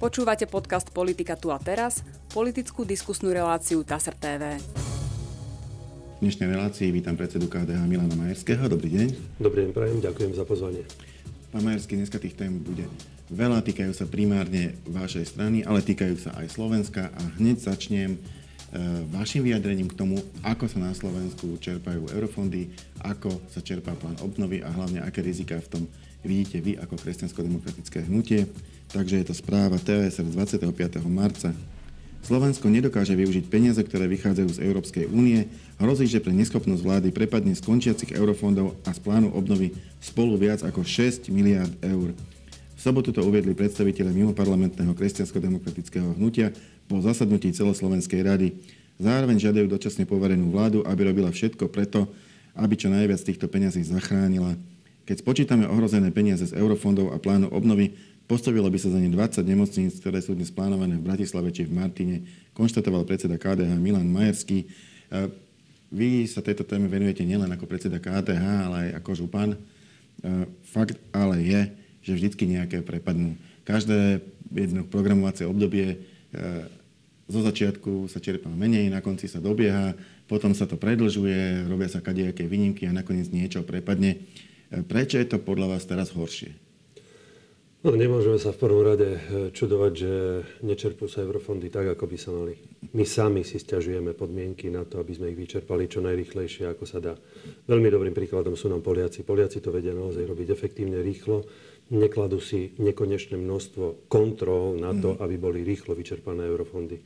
Počúvate podcast Politika tu a teraz, politickú diskusnú reláciu TASR TV. V dnešnej relácii vítam predsedu KDH Milana Majerského. Dobrý deň. Dobrý deň, prajem, ďakujem za pozvanie. Pán Majerský, dneska tých tém bude veľa, týkajú sa primárne vašej strany, ale týkajú sa aj Slovenska a hneď začnem vašim vyjadrením k tomu, ako sa na Slovensku čerpajú eurofondy, ako sa čerpá plán obnovy a hlavne aké riziká v tom vidíte vy ako kresťansko-demokratické hnutie. Takže je to správa TASR z 25. marca. Slovensko nedokáže využiť peniaze, ktoré vychádzajú z Európskej únie. Hrozí, že pre neschopnosť vlády prepadne z končiacich eurofondov a z plánu obnovy spolu viac ako 6 miliárd eur. V sobotu to uviedli predstavitelia mimoparlamentného kresťansko-demokratického hnutia po zasadnutí celoslovenskej rady. Zároveň žiadajú dočasne poverenú vládu, aby robila všetko preto, aby čo najviac týchto peňazí zachránila. Keď spočítame ohrozené peniaze z eurofondov a plánu obnovy, postavilo by sa za ne 20 nemocníc, ktoré sú dnes plánované v Bratislave či v Martine, konštatoval predseda KDH Milan Majerský. Vy sa tejto téme venujete nielen ako predseda KDH, ale aj ako župan. Fakt ale je, že vždycky nejaké prepadnú. Každé jedno programovacie obdobie zo začiatku sa čerpá menej, na konci sa dobieha, potom sa to predĺžuje, robia sa kadejaké výnimky a nakoniec niečo prepadne. Prečo je to podľa vás teraz horšie? No, nemôžeme sa v prvom rade čudovať, že nečerpú sa eurofondy tak, ako by sa mali. My sami si sťažujeme podmienky na to, aby sme ich vyčerpali čo najrýchlejšie, ako sa dá. Veľmi dobrým príkladom sú nám Poliaci. Poliaci to vedia naozaj robiť efektívne, rýchlo. Nekladú si nekonečné množstvo kontrol na to, aby boli rýchlo vyčerpané eurofondy.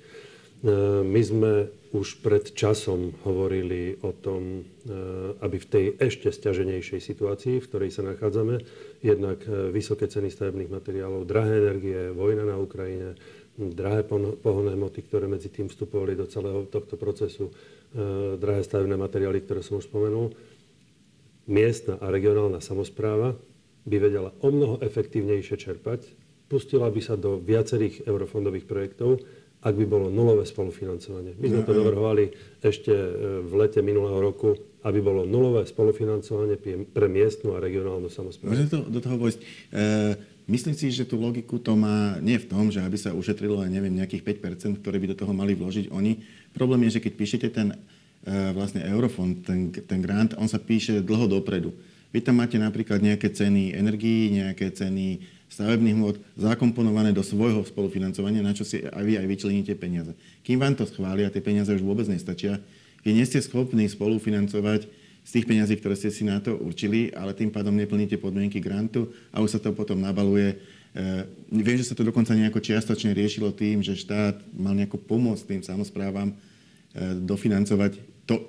My sme už pred časom hovorili o tom, aby v tej ešte sťaženejšej situácii, v ktorej sa nachádzame, jednak vysoké ceny stavebných materiálov, drahé energie, vojna na Ukrajine, drahé pohonné hmoty, ktoré medzi tým vstupovali do celého tohto procesu, drahé stavebné materiály, ktoré som už spomenul, miestna a regionálna samospráva by vedela omnoho efektívnejšie čerpať, pustila by sa do viacerých eurofondových projektov, ak by bolo nulové spolufinancovanie. My sme to navrhovali ešte v lete minulého roku, aby bolo nulové spolufinancovanie pre miestnu a regionálnu samosprávu. Môžem to do toho vojsť. Myslím si, že tú logiku to má nie v tom, že aby sa ušetrilo aj neviem nejakých 5%, ktoré by do toho mali vložiť oni. Problém je, že keď píšete ten vlastne eurofond, ten grant, on sa píše dlho dopredu. Vy tam máte napríklad nejaké ceny energií, nejaké ceny stavebných hmôt zakomponované do svojho spolufinancovania, na čo si aj vy aj vyčleníte peniaze. Kým vám to schvália, tie peniaze už vôbec nestačia. Keď nie ste schopní spolufinancovať z tých peniazí, ktoré ste si na to určili, ale tým pádom neplníte podmienky grantu a už sa to potom nabaluje. Viem, že sa to dokonca nejako čiastočne riešilo tým, že štát mal nejako pomôcť tým samosprávam dofinancovať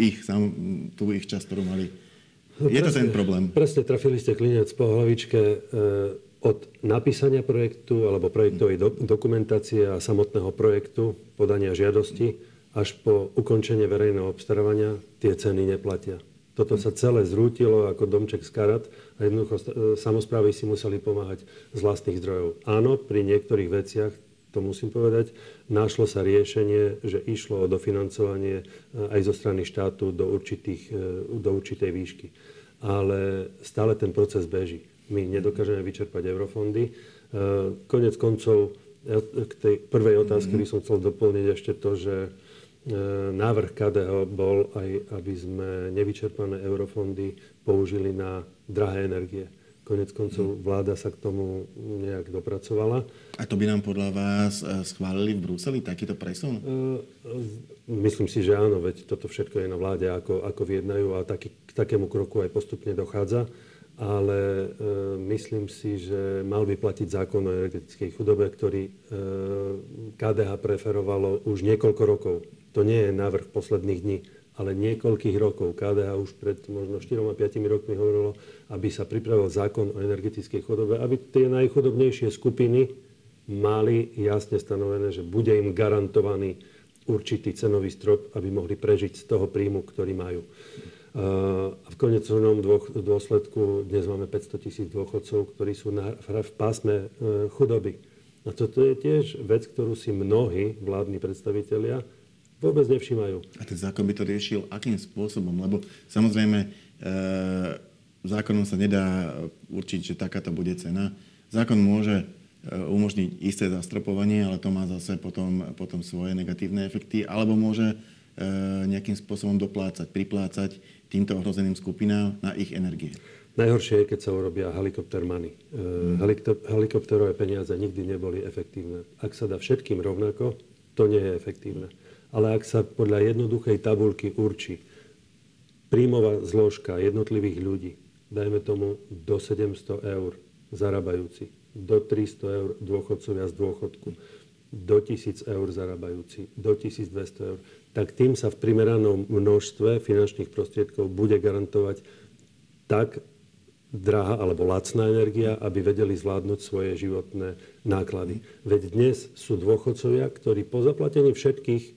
tú ich časť, ktorú mali. Je to ten problém. Presne trafili ste klinec po hlavičke. Od napísania projektu alebo projektovej dokumentácie a samotného projektu, podania žiadosti, až po ukončenie verejného obstarávania tie ceny neplatia. Toto sa celé zrútilo ako domček z karát a jednoducho samosprávy si museli pomáhať z vlastných zdrojov. Áno, pri niektorých veciach, to musím povedať, našlo sa riešenie, že išlo o dofinancovanie aj zo strany štátu do určitej výšky. Ale stále ten proces beží. My nedokážeme vyčerpať eurofondy. Konec koncov, k tej prvej otázke by som chcel doplniť ešte to, že návrh KDH bol aj, aby sme nevyčerpané eurofondy použili na drahé energie. Konec koncov vláda sa k tomu nejak dopracovala. A to by nám podľa vás schválili v Bruseli takýto presun? Myslím si, že áno, veď toto všetko je na vláde, ako vyjednajú a k takému kroku aj postupne dochádza. Ale myslím si, že mal by platiť zákon o energetickej chudobe, ktorý KDH preferovalo už niekoľko rokov. To nie je návrh posledných dní, ale niekoľkých rokov. KDH už pred možno 4-5 rokmi hovorilo, aby sa pripravil zákon o energetickej chudobe, aby tie najchudobnejšie skupiny mali jasne stanovené, že bude im garantovaný určitý cenový strop, aby mohli prežiť z toho príjmu, ktorý majú. A v konečnom dôsledku dnes máme 500 000 dôchodcov, ktorí sú v pásme chudoby. A toto je tiež vec, ktorú si mnohí vládni predstavitelia vôbec nevšímajú. A ten zákon by to riešil akým spôsobom? Lebo samozrejme zákonom sa nedá určiť, že takáto bude cena. Zákon môže umožniť isté zastropovanie, ale to má zase potom svoje negatívne efekty, alebo môže nejakým spôsobom priplácať týmto ohrozeným skupinám na ich energie. Najhoršie je, keď sa urobia helikopter money. Helikopterové peniaze nikdy neboli efektívne. Ak sa dá všetkým rovnako, to nie je efektívne. Ale ak sa podľa jednoduchej tabuľky určí príjmová zložka jednotlivých ľudí, dajme tomu do 700 eur zarábajúci, do 300 eur dôchodcovia z dôchodku, do 1000 eur zarábajúci, do 1200 eur, tak tým sa v primeranom množstve finančných prostriedkov bude garantovať tak drahá alebo lacná energia, aby vedeli zvládnuť svoje životné náklady. Veď dnes sú dôchodcovia, ktorí po zaplatení všetkých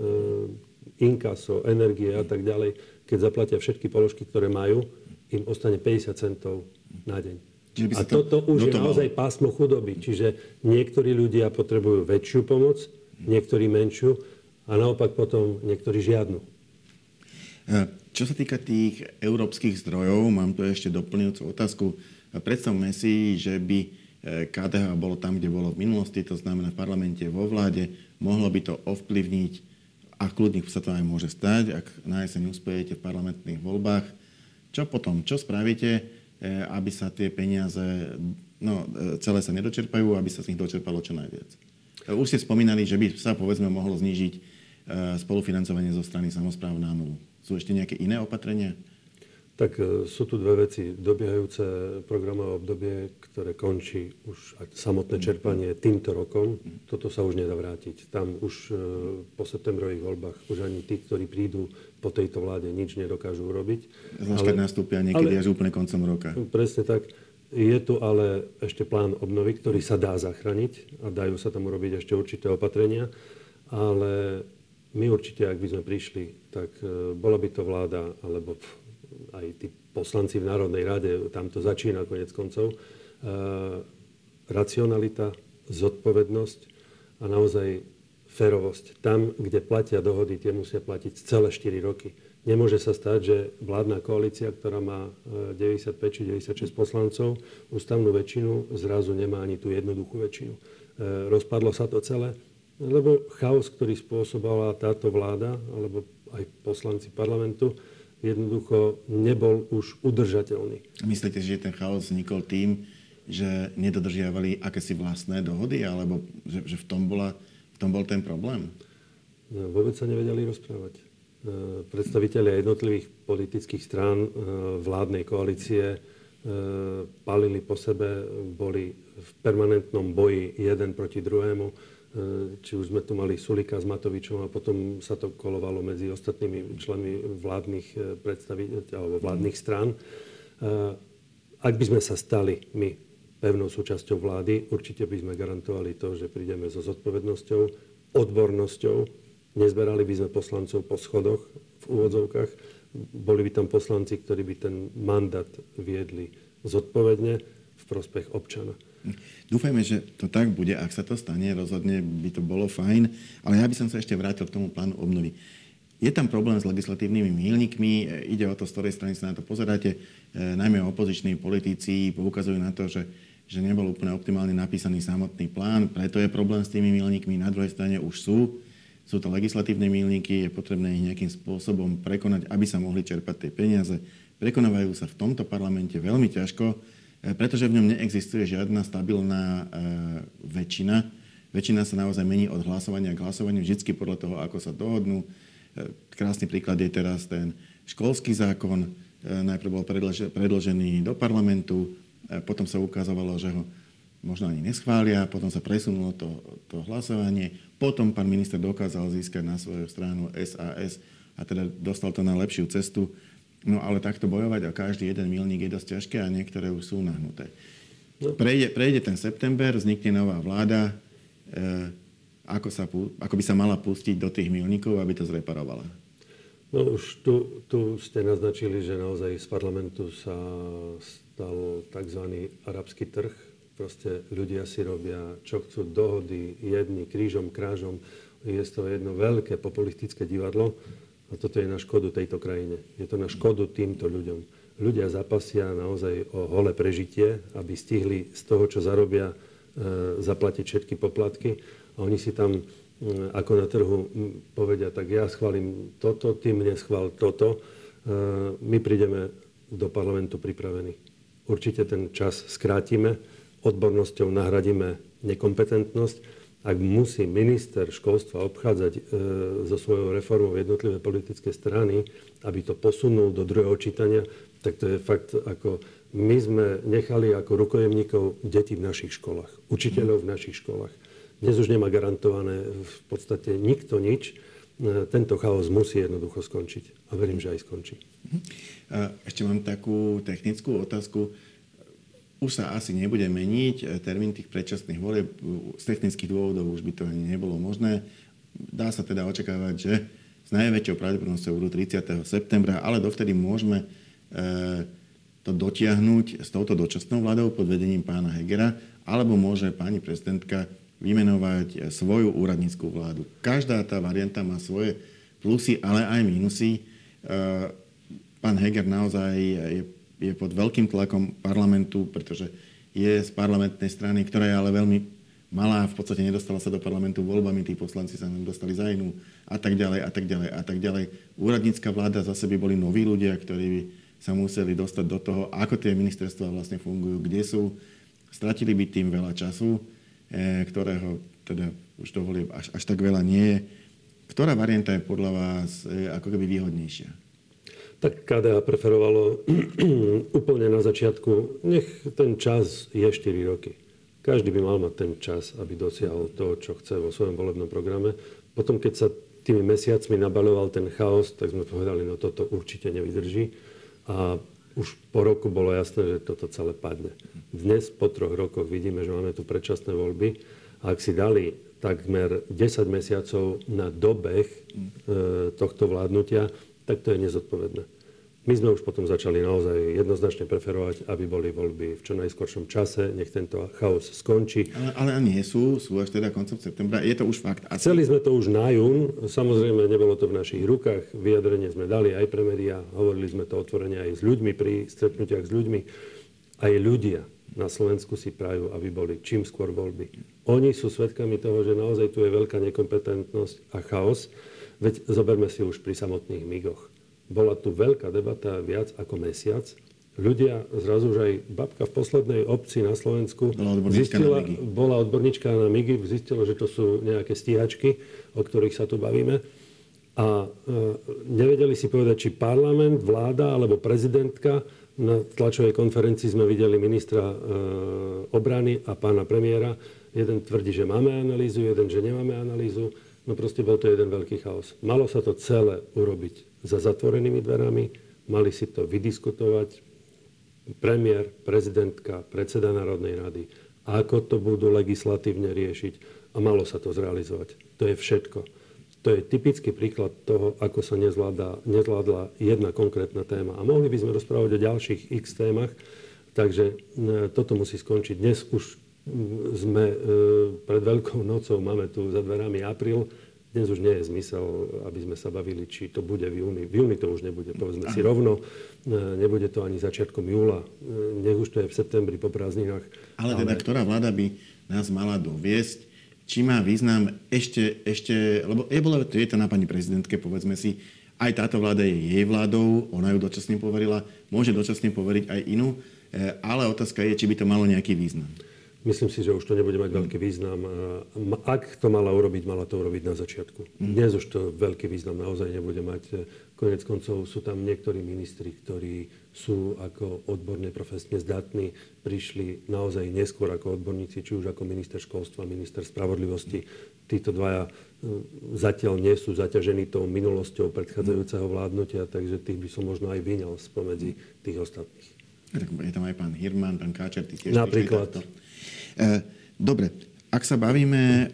inkaso, energie a tak ďalej, keď zaplatia všetky položky, ktoré majú, im ostane 50 centov na deň. A toto už je naozaj pásmo chudoby. Čiže niektorí ľudia potrebujú väčšiu pomoc, niektorí menšiu a naopak potom niektorí žiadnu. Čo sa týka tých európskych zdrojov, mám tu ešte doplňujúcu otázku. Predstavme si, že by KDH bolo tam, kde bolo v minulosti, to znamená v parlamente, vo vláde, mohlo by to ovplyvniť, a kľudne sa to aj môže stať, ak na jeseň uspejete v parlamentných voľbách. Čo potom? Čo spravíte, aby sa tie peniaze celé sa nedočerpajú, aby sa z nich dočerpalo čo najviac? Už ste spomínali, že by sa povedzme mohlo znížiť spolufinancovanie zo strany samospráv na nulu. Sú ešte nejaké iné opatrenia? Tak sú tu dve veci. Dobiehajúce programové obdobie, ktoré končí už samotné čerpanie týmto rokom. Toto sa už nedá vrátiť. Tam už po septembrových voľbách už ani tí, ktorí prídu po tejto vláde, nič nedokážu urobiť. Zvlášť keď nastúpia niekedy až úplne koncom roka. Presne tak. Je tu ale ešte plán obnovy, ktorý sa dá zachrániť a dajú sa tam urobiť ešte určité opatrenia. Ale my určite, ak by sme prišli, tak bola by to vláda, alebo aj tí poslanci v Národnej rade, tam to začína konec koncov, racionalita, zodpovednosť a naozaj férovosť. Tam, kde platia dohody, tie musia platiť celé 4 roky. Nemôže sa stať, že vládna koalícia, ktorá má 95 či 96 poslancov, ústavnú väčšinu, zrazu nemá ani tú jednoduchú väčšinu. Rozpadlo sa to celé, lebo chaos, ktorý spôsobila táto vláda, alebo aj poslanci parlamentu, jednoducho nebol už udržateľný. Myslíte, že ten chaos vznikol tým, že nedodržiavali akési vlastné dohody, alebo že v tom bol ten problém? No, vôbec sa nevedeli rozprávať. Predstavitelia jednotlivých politických strán vládnej koalície palili po sebe, boli v permanentnom boji jeden proti druhému. Či už sme tu mali Sulíka s Matovičom a potom sa to kolovalo medzi ostatnými členmi vládnych predstaviteľov alebo vládnych strán. Ak by sme sa stali my pevnou súčasťou vlády, určite by sme garantovali to, že prídeme so zodpovednosťou, odbornosťou, nezberali by sme poslancov po schodoch v úvodzovkách, boli by tam poslanci, ktorí by ten mandát viedli zodpovedne v prospech občana. Dúfajme, že to tak bude. Ak sa to stane, rozhodne by to bolo fajn. Ale ja by som sa ešte vrátil k tomu plánu obnovy. Je tam problém s legislatívnymi míľnikmi. Ide o to, z ktorej strany sa na to pozeráte. Najmä opoziční politici poukazujú na to, že nebol úplne optimálne napísaný samotný plán. Preto je problém s tými míľnikmi. Na druhej strane už sú to legislatívne míľniky. Je potrebné ich nejakým spôsobom prekonať, aby sa mohli čerpať tie peniaze. Prekonávajú sa v tomto parlamente veľmi ťažko, pretože v ňom neexistuje žiadna stabilná väčšina. Väčšina sa naozaj mení od hlasovania k hlasovaniu, vždy podľa toho, ako sa dohodnú. Krásny príklad je teraz ten školský zákon. Najprv bol predložený do parlamentu, potom sa ukázalo, že ho možno ani neschvália, potom sa presunulo to hlasovanie, potom pán minister dokázal získať na svoju stranu SAS a teda dostal to na lepšiu cestu. No ale takto bojovať a každý jeden milník je dosť ťažké a niektoré už sú nahnuté. Prejde ten september, vznikne nová vláda. Ako by sa mala pustiť do tých milníkov, aby to zreparovala? No už tu ste naznačili, že naozaj z parlamentu sa stal tzv. Arabský trh. Proste ľudia si robia, čo chcú, dohody, jedni krížom, krážom. Je to jedno veľké populistické divadlo. A toto je na škodu tejto krajine. Je to na škodu týmto ľuďom. Ľudia zapasia naozaj o holé prežitie, aby stihli z toho, čo zarobia, zaplatiť všetky poplatky a oni si tam ako na trhu povedia, tak ja schválim toto, ty mne schvál toto. My prídeme do parlamentu pripravení. Určite ten čas skrátime, odbornosťou nahradíme nekompetentnosť. Ak musí minister školstva obchádzať so svojou reformou jednotlivé politické strany, aby to posunul do druhého čítania, tak to je fakt, ako my sme nechali ako rukojemníkov deti v našich školách, učiteľov v našich školách. Dnes už nemá garantované v podstate nikto nič. Tento chaos musí jednoducho skončiť. A verím, že aj skončí. Ešte mám takú technickú otázku. Už sa asi nebude meniť termín tých predčasných volieb. Z technických dôvodov už by to ani nebolo možné. Dá sa teda očakávať, že s najväčšou pravdepodobnosťou budú 30. septembra, ale dovtedy môžeme to dotiahnuť s touto dočasnou vládou pod vedením pána Hegera, alebo môže pani prezidentka vymenovať svoju úradnícku vládu. Každá tá varianta má svoje plusy, ale aj mínusy. Pán Heger naozaj je pod veľkým tlakom parlamentu, pretože je z parlamentnej strany, ktorá je ale veľmi malá, v podstate nedostala sa do parlamentu voľbami, tí poslanci sa dostali za inú a tak ďalej, a tak ďalej, a tak ďalej. Úradnícka vláda zase by boli noví ľudia, ktorí by sa museli dostať do toho, ako tie ministerstvá vlastne fungujú, kde sú. Stratili by tým veľa času, ktorého teda už to volieb až tak veľa nie je. Ktorá varianta je podľa vás ako keby výhodnejšia? Tak KDH preferovalo úplne na začiatku, nech ten čas je 4 roky. Každý by mal mať ten čas, aby dosiahol to, čo chce vo svojom volebnom programe. Potom, keď sa tými mesiacmi nabaľoval ten chaos, tak sme povedali, no toto určite nevydrží. A už po roku bolo jasné, že toto celé padne. Dnes, po 3 rokoch, vidíme, že máme tu predčasné voľby. A ak si dali takmer 10 mesiacov na dobeh tohto vládnutia, tak to je nezodpovedné. My sme už potom začali naozaj jednoznačne preferovať, aby boli voľby v čo najskoršom čase, nech tento chaos skončí. Ale nie sú až teda koncom septembra, je to už fakt. Chceli sme to už na jún, samozrejme nebolo to v našich rukách, vyjadrenie sme dali aj pre médiá, hovorili sme to otvorene aj s ľuďmi pri stretnutiach s ľuďmi. Aj ľudia na Slovensku si prajú, aby boli čím skôr voľby. Oni sú svedkami toho, že naozaj tu je veľká nekompetentnosť a chaos, veď zoberme si už pri samotných migoch. Bola tu veľká debata viac ako mesiac. Ľudia, zrazu, že aj babka v poslednej obci na Slovensku bola odborníčka na migy, zistila, že to sú nejaké stíhačky, o ktorých sa tu bavíme. A nevedeli si povedať, či parlament, vláda alebo prezidentka. Na tlačovej konferencii sme videli ministra obrany a pána premiéra. Jeden tvrdí, že máme analýzu, jeden, že nemáme analýzu. No proste bol to jeden veľký chaos. Malo sa to celé urobiť za zatvorenými dverami, mali si to vydiskutovať premiér, prezidentka, predseda Národnej rady, ako to budú legislatívne riešiť a malo sa to zrealizovať. To je všetko. To je typický príklad toho, ako sa nezvládla jedna konkrétna téma. A mohli by sme rozprávať o ďalších x témach, takže toto musí skončiť. Dnes už sme pred Veľkou nocou, máme tu za dverami apríl. Dnes už nie je zmysel, aby sme sa bavili, či to bude v júni. V júni to už nebude, povedzme si rovno. Nebude to ani začiatkom júla. Nech už to je v septembri po prázdninách. Ale teda, ktorá vláda by nás mala doviesť? Či má význam ešte lebo je to na pani prezidentke, povedzme si, aj táto vláda je jej vládou, ona ju dočasne poverila, môže dočasne poveriť aj inú, ale otázka je, či by to malo nejaký význam. Myslím si, že už to nebude mať veľký význam. Ak to mala to urobiť na začiatku. Dnes už to veľký význam naozaj nebude mať. Koniec koncov sú tam niektorí ministri, ktorí sú ako odborne profesne zdatní, prišli naozaj neskôr ako odborníci, či už ako minister školstva, minister spravodlivosti. Títo dvaja zatiaľ nie sú zaťažení tou minulosťou predchádzajúceho vládnutia, takže tých by som možno aj vyňal spomedzi tých ostatných. Je tam aj pán Hirman, pán Káčer, tí tiež napríklad. Dobre, ak sa bavíme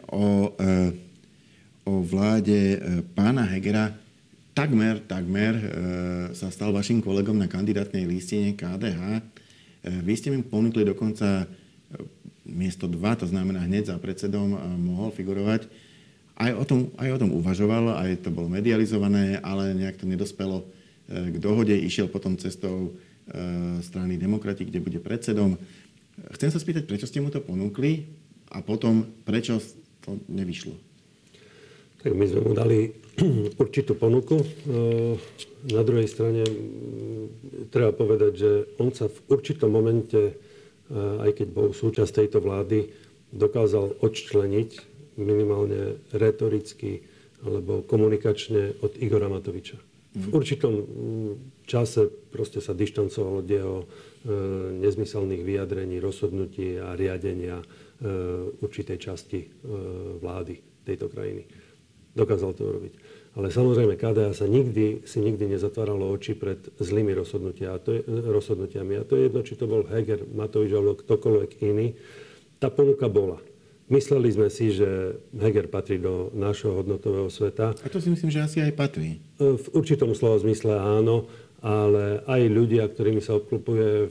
o vláde pána Hegera, takmer sa stal vašim kolegom na kandidátnej listine KDH. Vy ste mi ponúkli dokonca miesto 2, to znamená hneď za predsedom mohol figurovať. Aj o tom uvažoval, aj to bolo medializované, ale nejak to nedospelo k dohode. Išiel potom cestou strany Demokrati, kde bude predsedom. Chcem sa spýtať, prečo ste mu to ponúkli? A potom, prečo to nevyšlo? Tak my sme mu dali určitú ponuku. Na druhej strane treba povedať, že on sa v určitom momente, aj keď bol súčasť tejto vlády, dokázal odčleniť minimálne retoricky alebo komunikačne od Igora Matoviča. V určitom čase proste sa dištancoval od jeho nezmyselných vyjadrení, rozhodnutí a riadenia určitej časti vlády tejto krajiny. Dokázal to urobiť. Ale samozrejme KDH si nikdy nezatváralo oči pred zlými rozhodnutiami. A to je jedno, či to bol Heger, Matovič alebo ktokoľvek iný. Tá ponuka bola. Mysleli sme si, že Heger patrí do nášho hodnotového sveta. A to si myslím, že asi aj patrí. V určitom slova zmysle áno, ale aj ľudia, ktorými sa obklopuje,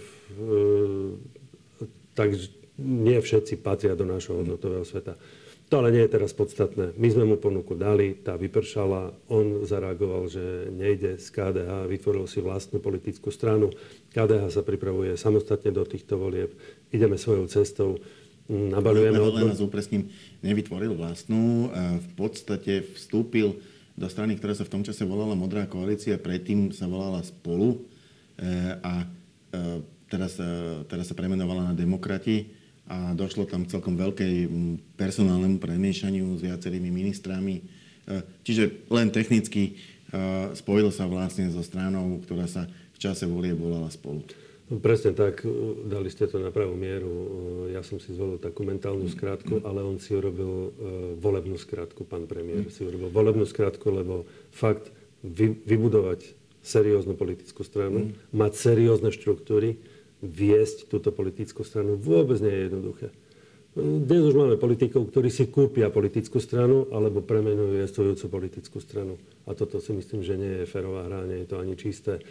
tak nie všetci patria do nášho hodnotového sveta. To ale nie je teraz podstatné. My sme mu ponuku dali, tá vypršala, on zareagoval, že nejde z KDH, vytvoril si vlastnú politickú stranu. KDH sa pripravuje samostatne do týchto volieb, ideme svojou cestou, nabaľujeme... Len nás upresním, nevytvoril vlastnú, v podstate vstúpil do strany, ktorá sa v tom čase volala Modrá koalícia, predtým sa volala Spolu a teraz sa premenovala na Demokrati. A došlo tam celkom veľkej personálnemu premiešaniu s viacerými ministrami. Čiže len technicky spojil sa vlastne so stranou, ktorá sa v čase volie volala Spolu. Presne tak, dali ste to na pravú mieru. Ja som si zvolil takú mentálnu skratku, ale on si urobil volebnú skratku, pán premiér. Si urobil volebnú skratku, lebo fakt vybudovať serióznu politickú stranu, mať seriózne štruktúry, viesť túto politickú stranu vôbec nie je jednoduché. Dnes už máme politikov, ktorí si kúpia politickú stranu alebo premenujú jestvujúcu politickú stranu. A toto si myslím, že nie je férová hra, nie je to ani čisté.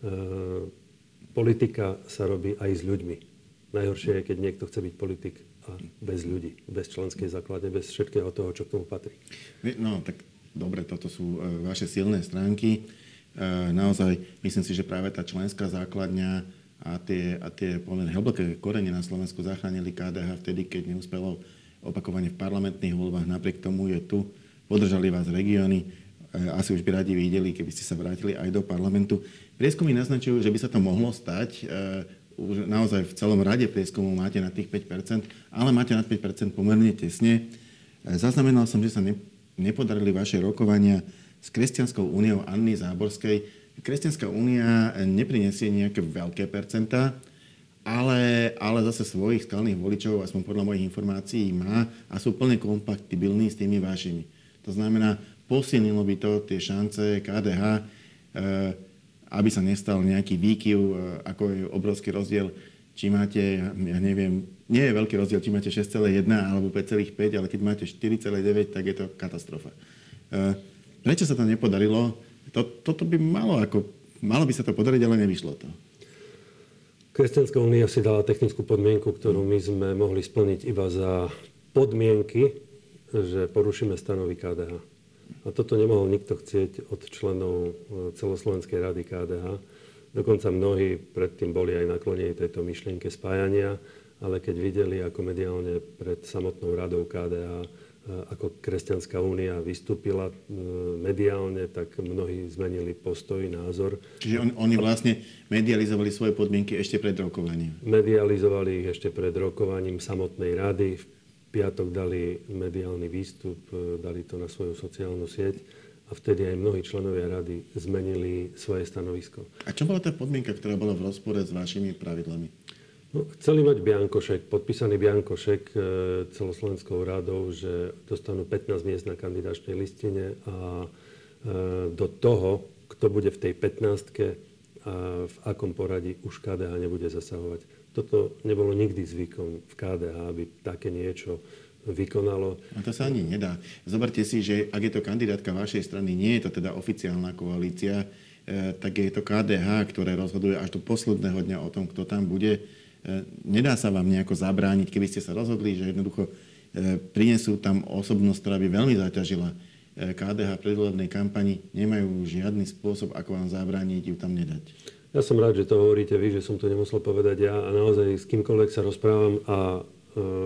Politika sa robí aj s ľuďmi. Najhoršie je, keď niekto chce byť politik a bez ľudí, bez členskej základne, bez všetkého toho, čo k tomu patrí. No, tak dobre, toto sú vaše silné stránky. Naozaj, myslím si, že práve tá členská základňa a tie pomerne hlboké korene na Slovensku zachránili KDH vtedy, keď neúspelo opakovane v parlamentných voľbách. Napriek tomu je tu. Podržali vás regióny. Asi už by radi videli, keby ste sa vrátili aj do parlamentu. Prieskumy naznačujú, že by sa to mohlo stať. Už naozaj v celom rade prieskumov máte na tých 5%, ale máte na 5% pomerne tesne. Zaznamenal som, že sa nepodarili vaše rokovania s Kresťanskou úniou Anny Záborskej. Kresťanská únia neprinesie nejaké veľké percentá, ale zase svojich skalných voličov, aspoň podľa mojich informácií, má a sú plne kompatibilní s tými vašimi. To znamená, posilnilo by to tie šance KDH, aby sa nestal nejaký výkyv, ako je obrovský rozdiel, či máte, ja neviem, nie je veľký rozdiel, či máte 6,1 alebo 5,5, ale keď máte 4,9, tak je to katastrofa. Prečo sa to nepodarilo? Toto by malo by sa to podariť, ale nevyšlo to. Kresťanská únia si dala technickú podmienku, ktorú my sme mohli splniť iba za podmienky, že porušíme stanovy KDH. A toto nemohol nikto chcieť od členov celoslovenskej rady KDH. Dokonca mnohí predtým boli aj naklonení tejto myšlienke spájania, ale keď videli, ako mediálne pred samotnou radou KDH ako Kresťanská únia vystúpila mediálne, tak mnohí zmenili postoj, názor. Čiže oni vlastne medializovali svoje podmienky ešte pred rokovaním? Medializovali ich ešte pred rokovaním samotnej rady. V piatok dali mediálny výstup, dali to na svoju sociálnu sieť a vtedy aj mnohí členovia rady zmenili svoje stanovisko. A čo bola tá podmienka, ktorá bola v rozpore s vašimi pravidlami? No, chceli mať biankošek, podpísaný biankošek celoslovenskou radou, že dostanú 15 miest na kandidačnej listine a do toho, kto bude v tej 15-ke a v akom poradí už KDH nebude zasahovať. Toto nebolo nikdy zvykom v KDH, aby také niečo vykonalo. A to sa ani nedá. Zoberte si, že ak je to kandidátka vašej strany, nie je to teda oficiálna koalícia, tak je to KDH, ktoré rozhoduje až do posledného dňa o tom, kto tam bude. Nedá sa vám nejako zabrániť, keby ste sa rozhodli, že jednoducho prinesú tam osobnosť, ktorá by veľmi zaťažila KDH v predvolebnej kampani. Nemajú žiadny spôsob, ako vám zabrániť ju tam nedať. Ja som rád, že to hovoríte vy, že som to nemusel povedať ja. A naozaj s kýmkoľvek sa rozprávam a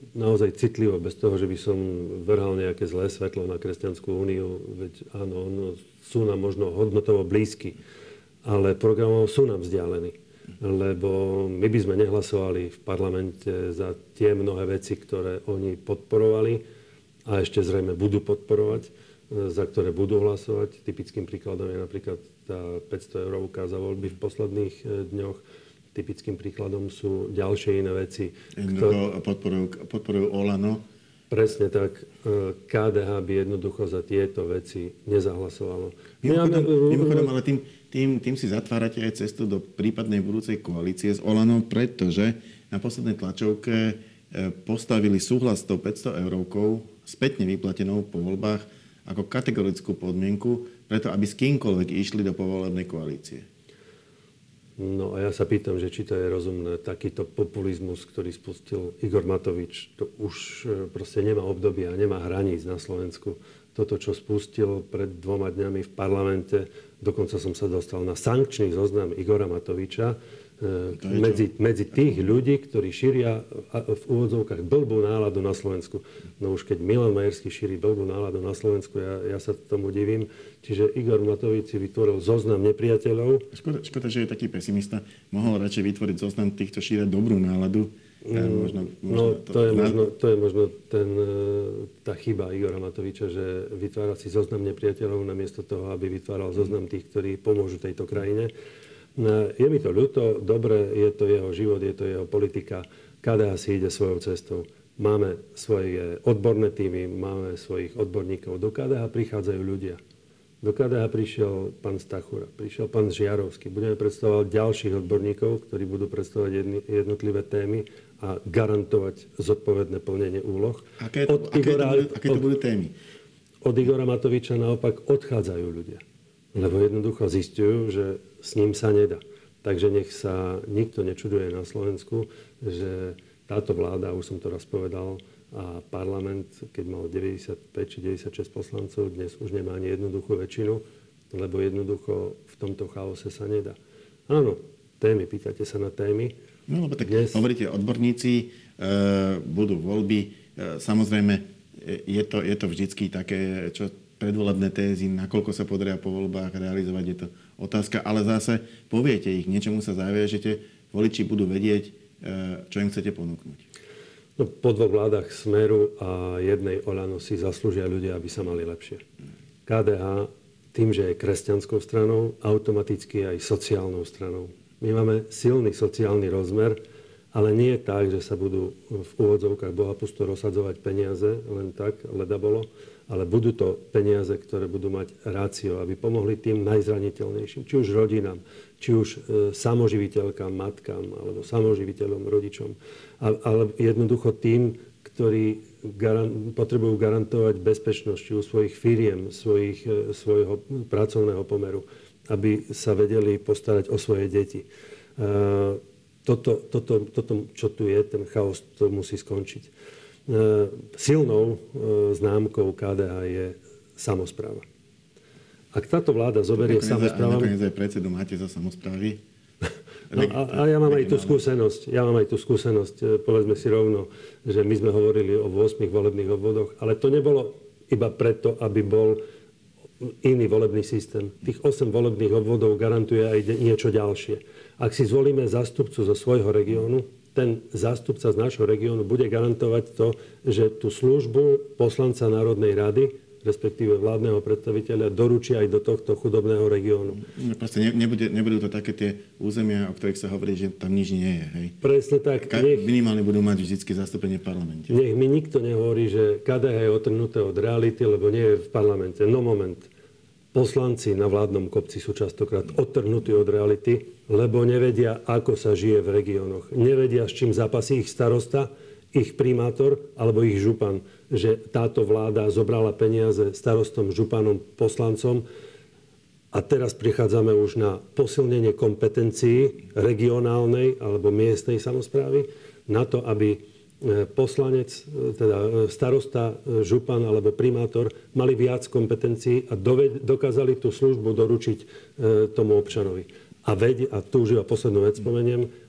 naozaj citlivo, bez toho, že by som vrhal nejaké zlé svetlo na Kresťanskú úniu, veď áno, sú nám možno hodnotovo blízky, ale programov sú nám vzdialení. Lebo my by sme nehlasovali v parlamente za tie mnohé veci, ktoré oni podporovali a ešte zrejme budú podporovať, za ktoré budú hlasovať. Typickým príkladom je napríklad tá 500 eurovka za voľby v posledných dňoch. Typickým príkladom sú ďalšie iné veci. Podporujú Olano. Presne tak. KDH by jednoducho za tieto veci nezahlasovalo. Mimochodom, ale tým si zatvárate aj cestu do prípadnej budúcej koalície s Olanom, pretože na poslednej tlačovke postavili súhlas s tou 500 eurovkou spätne vyplatenou po voľbách ako kategorickú podmienku, preto aby s kýmkoľvek išli do povolebnej koalície. No a ja sa pýtam, že či to je rozumné. Takýto populizmus, ktorý spustil Igor Matovič, to už proste nemá obdobia, nemá hraníc na Slovensku. Toto, čo spustil pred 2 dňami v parlamente, dokonca som sa dostal na sankčný zoznam Igora Matoviča, medzi tých ľudí, ktorí šíria v úvodzovkách blbú náladu na Slovensku. No už keď Milan Majerský šíri blbú náladu na Slovensku, ja sa tomu divím. Čiže Igor Matovič si vytvoril zoznam nepriateľov. Škoda, že je taký pesimista. Mohol radšej vytvoriť zoznam tých, čo šíria dobrú náladu. To je možno tá chyba Igora Matoviča, že vytvára si zoznam nepriateľov namiesto toho, aby vytváral zoznam tých, ktorí pomôžu tejto krajine. Je mi to ľúto, dobre, je to jeho život, je to jeho politika. KDH si ide svojou cestou. Máme svoje odborné týmy, máme svojich odborníkov. Do KDH prichádzajú ľudia. Do KDH prišiel pán Stachura, prišiel pán Žiarovský. Budeme predstavovať ďalších odborníkov, ktorí budú predstavovať jednotlivé témy a garantovať zodpovedné plnenie úloh. Aké to budú témy? Od Igora Matoviča naopak odchádzajú ľudia. Lebo jednoducho zistujú, že s ním sa nedá. Takže nech sa nikto nečuduje na Slovensku, že táto vláda, už som to raz povedal, a parlament, keď mal 95 či 96 poslancov, dnes už nemá ani jednoduchú väčšinu, lebo jednoducho v tomto chaose sa nedá. Áno, témy, pýtate sa na témy. No, lebo tak dnes... hovoríte, odborníci, budú voľby. Samozrejme, je to vždycky také, čo predvolebné tézy, nakoľko sa podaria po voľbách realizovať, je to otázka, ale zase poviete ich, niečomu sa zaviažete, voliči budú vedieť, čo im chcete ponúknuť. No, po 2 vládach Smeru a jednej Olano si zaslúžia ľudia, aby sa mali lepšie. KDH tým, že je kresťanskou stranou, automaticky aj sociálnou stranou. My máme silný sociálny rozmer, ale nie je tak, že sa budú v úvodzovkách bohapusto rozsadzovať peniaze, len tak, leda bolo, ale budú to peniaze, ktoré budú mať rácio, aby pomohli tým najzraniteľnejším, či už rodinám, či už samoživiteľkám, matkám, alebo samoživiteľom, rodičom. Ale jednoducho tým, ktorí potrebujú garantovať bezpečnosť, či u svojich firiem, svojho pracovného pomeru, aby sa vedeli postarať o svoje deti. Toto, čo tu je, ten chaos, to musí skončiť. Silnou známkou KDH je samospráva. Ak táto vláda zoberie samosprávami... Nakoniec aj predsedu máte za samosprávy. No, a ja mám aj tú skúsenosť. Povedzme si rovno, že my sme hovorili o 8 volebných obvodoch, ale to nebolo iba preto, aby bol iný volebný systém. Tých 8 volebných obvodov garantuje aj niečo ďalšie. Ak si zvolíme zástupcu zo svojho regiónu, ten zástupca z nášho regiónu bude garantovať to, že tú službu poslanca Národnej rady, respektíve vládneho predstaviteľa, doručí aj do tohto chudobného regiónu. Proste nebudú to také tie územia, o ktorých sa hovorí, že tam nič nie je. Hej? Presne tak. Minimálne budú mať vždycky zastúpenie v parlamente. Nech mi nikto nehovorí, že KDH je otrhnuté od reality, lebo nie je v parlamente. No moment. Poslanci na vládnom kopci sú častokrát odtrhnutí od reality, lebo nevedia, ako sa žije v regiónoch. Nevedia, s čím zápasí ich starosta, ich primátor alebo ich župan. Že táto vláda zobrala peniaze starostom, županom, poslancom a teraz prichádzame už na posilnenie kompetencií regionálnej alebo miestnej samosprávy na to, aby poslanec, teda starosta, župan alebo primátor mali viac kompetencií a dokázali tú službu doručiť tomu občanovi. A tu už iba poslednú vec spomeniem,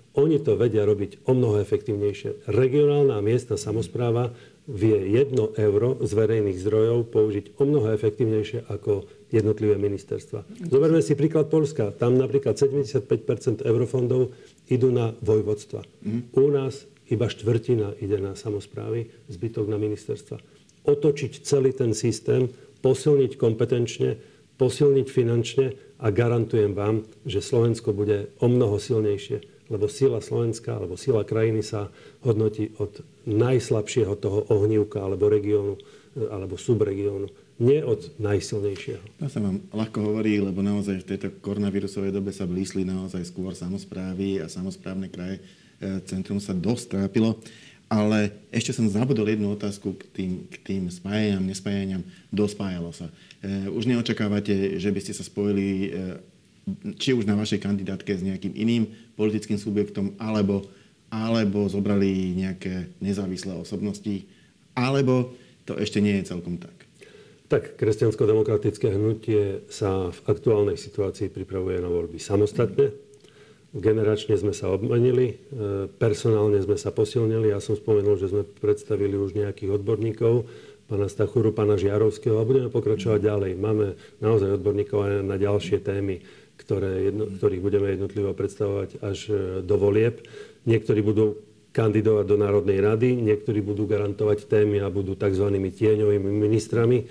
Oni to vedia robiť o mnoho efektívnejšie. Regionálna a miestna samospráva vie 1 euro z verejných zdrojov použiť o mnoho efektívnejšie ako jednotlivé ministerstva. Zoberme si príklad Poľska. Tam napríklad 75% eurofondov idú na vojvodstva. U nás iba štvrtina ide na samosprávy, zbytok na ministerstva. Otočiť celý ten systém, posilniť kompetenčne, posilniť finančne a garantujem vám, že Slovensko bude o mnoho silnejšie, lebo sila Slovenska alebo sila krajiny sa hodnotí od najslabšieho toho ohnívka alebo regiónu alebo subregiónu, nie od najsilnejšieho. To sa vám ľahko hovorí, lebo naozaj v tejto koronavírusovej dobe sa blísli naozaj skôr samosprávy a samosprávne kraje. Centrum sa dosť trápilo, ale ešte som zabudol jednu otázku k tým spájaniam, nespájaniam. Dospájalo sa. Už neočakávate, že by ste sa spojili či už na vašej kandidátke s nejakým iným politickým subjektom, alebo zobrali nejaké nezávislé osobnosti, alebo to ešte nie je celkom tak? Tak, kresťansko-demokratické hnutie sa v aktuálnej situácii pripravuje na voľby samostatne. Generačne sme sa obmenili, personálne sme sa posilnili. Ja som spomenul, že sme predstavili už nejakých odborníkov, pána Stachuru, pána Žiarovského a budeme pokračovať ďalej. Máme naozaj odborníkov aj na ďalšie témy, ktorých budeme jednotlivo predstavovať až do volieb. Niektorí budú kandidovať do Národnej rady, niektorí budú garantovať témy a budú tzv. Tieňovými ministrami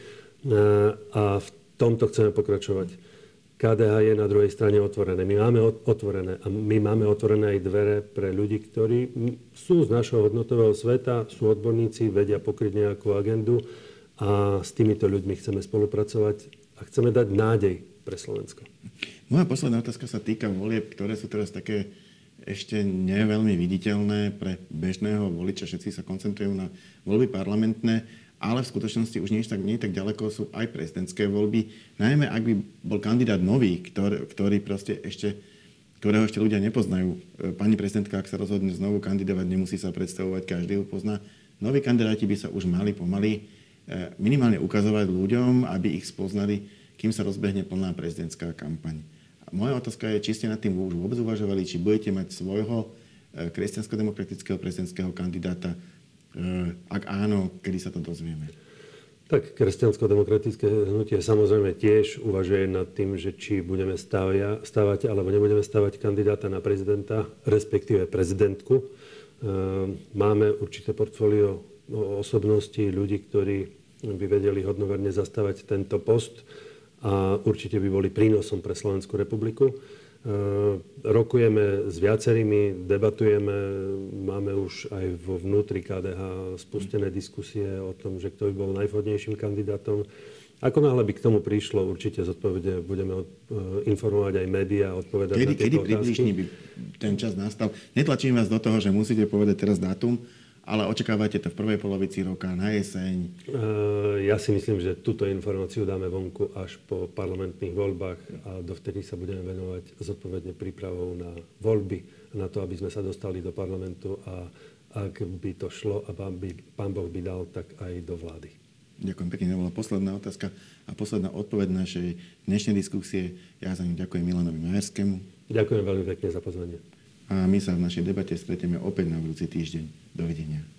a v tomto chceme pokračovať. KDH je na druhej strane otvorené. My máme otvorené aj dvere pre ľudí, ktorí sú z našho hodnotového sveta, sú odborníci, vedia pokryť nejakú agendu a s týmito ľuďmi chceme spolupracovať a chceme dať nádej pre Slovensko. Moja posledná otázka sa týka volieb, ktoré sú teraz také ešte neveľmi viditeľné pre bežného voliča. Všetci sa koncentrujú na voľby parlamentné, ale v skutočnosti už nie tak ďaleko sú aj prezidentské voľby. Najmä ak by bol kandidát nový, ktorého ešte ľudia nepoznajú. Pani prezidentka, ak sa rozhodne znovu kandidovať, nemusí sa predstavovať, každý ho pozná. Noví kandidáti by sa už mali pomaly minimálne ukazovať ľuďom, aby ich spoznali, kým sa rozbehne plná prezidentská kampaň. A moja otázka je, či ste nad tým už vôbec uvažovali, či budete mať svojho kresťansko-demokratického prezidentského kandidáta. Ak áno, kedy sa to dozvieme? Tak kresťansko-demokratické hnutie samozrejme tiež uvažuje nad tým, že či budeme stávať alebo nebudeme stávať kandidáta na prezidenta, respektíve prezidentku. Máme určité portfólio osobností, ľudí, ktorí by vedeli hodnoverne zastávať tento post a určite by boli prínosom pre Slovenskú republiku. Rokujeme s viacerými, debatujeme, máme už aj vo vnútri KDH spustené diskusie o tom, že kto by bol najvhodnejším kandidátom. Ako náhle by k tomu prišlo, určite zodpovede budeme informovať aj médiá, odpovedať na tieto otázky. Kedy približne by ten čas nastal? Netlačím vás do toho, že musíte povedať teraz dátum, ale očakávate to v prvej polovici roka, na jeseň? Ja si myslím, že túto informáciu dáme vonku až po parlamentných voľbách a dovtedy sa budeme venovať zodpovedne prípravou na voľby, na to, aby sme sa dostali do parlamentu a ak by to šlo a pán Boh by dal, tak aj do vlády. Ďakujem pekne, to bola posledná otázka a posledná odpoveď našej dnešnej diskusie. Ja za ňu ďakujem Milanovi Majerskému. Ďakujem veľmi pekne za pozvanie. A my sa v našej debate stretneme opäť na budúci týždeň. Dovidenia.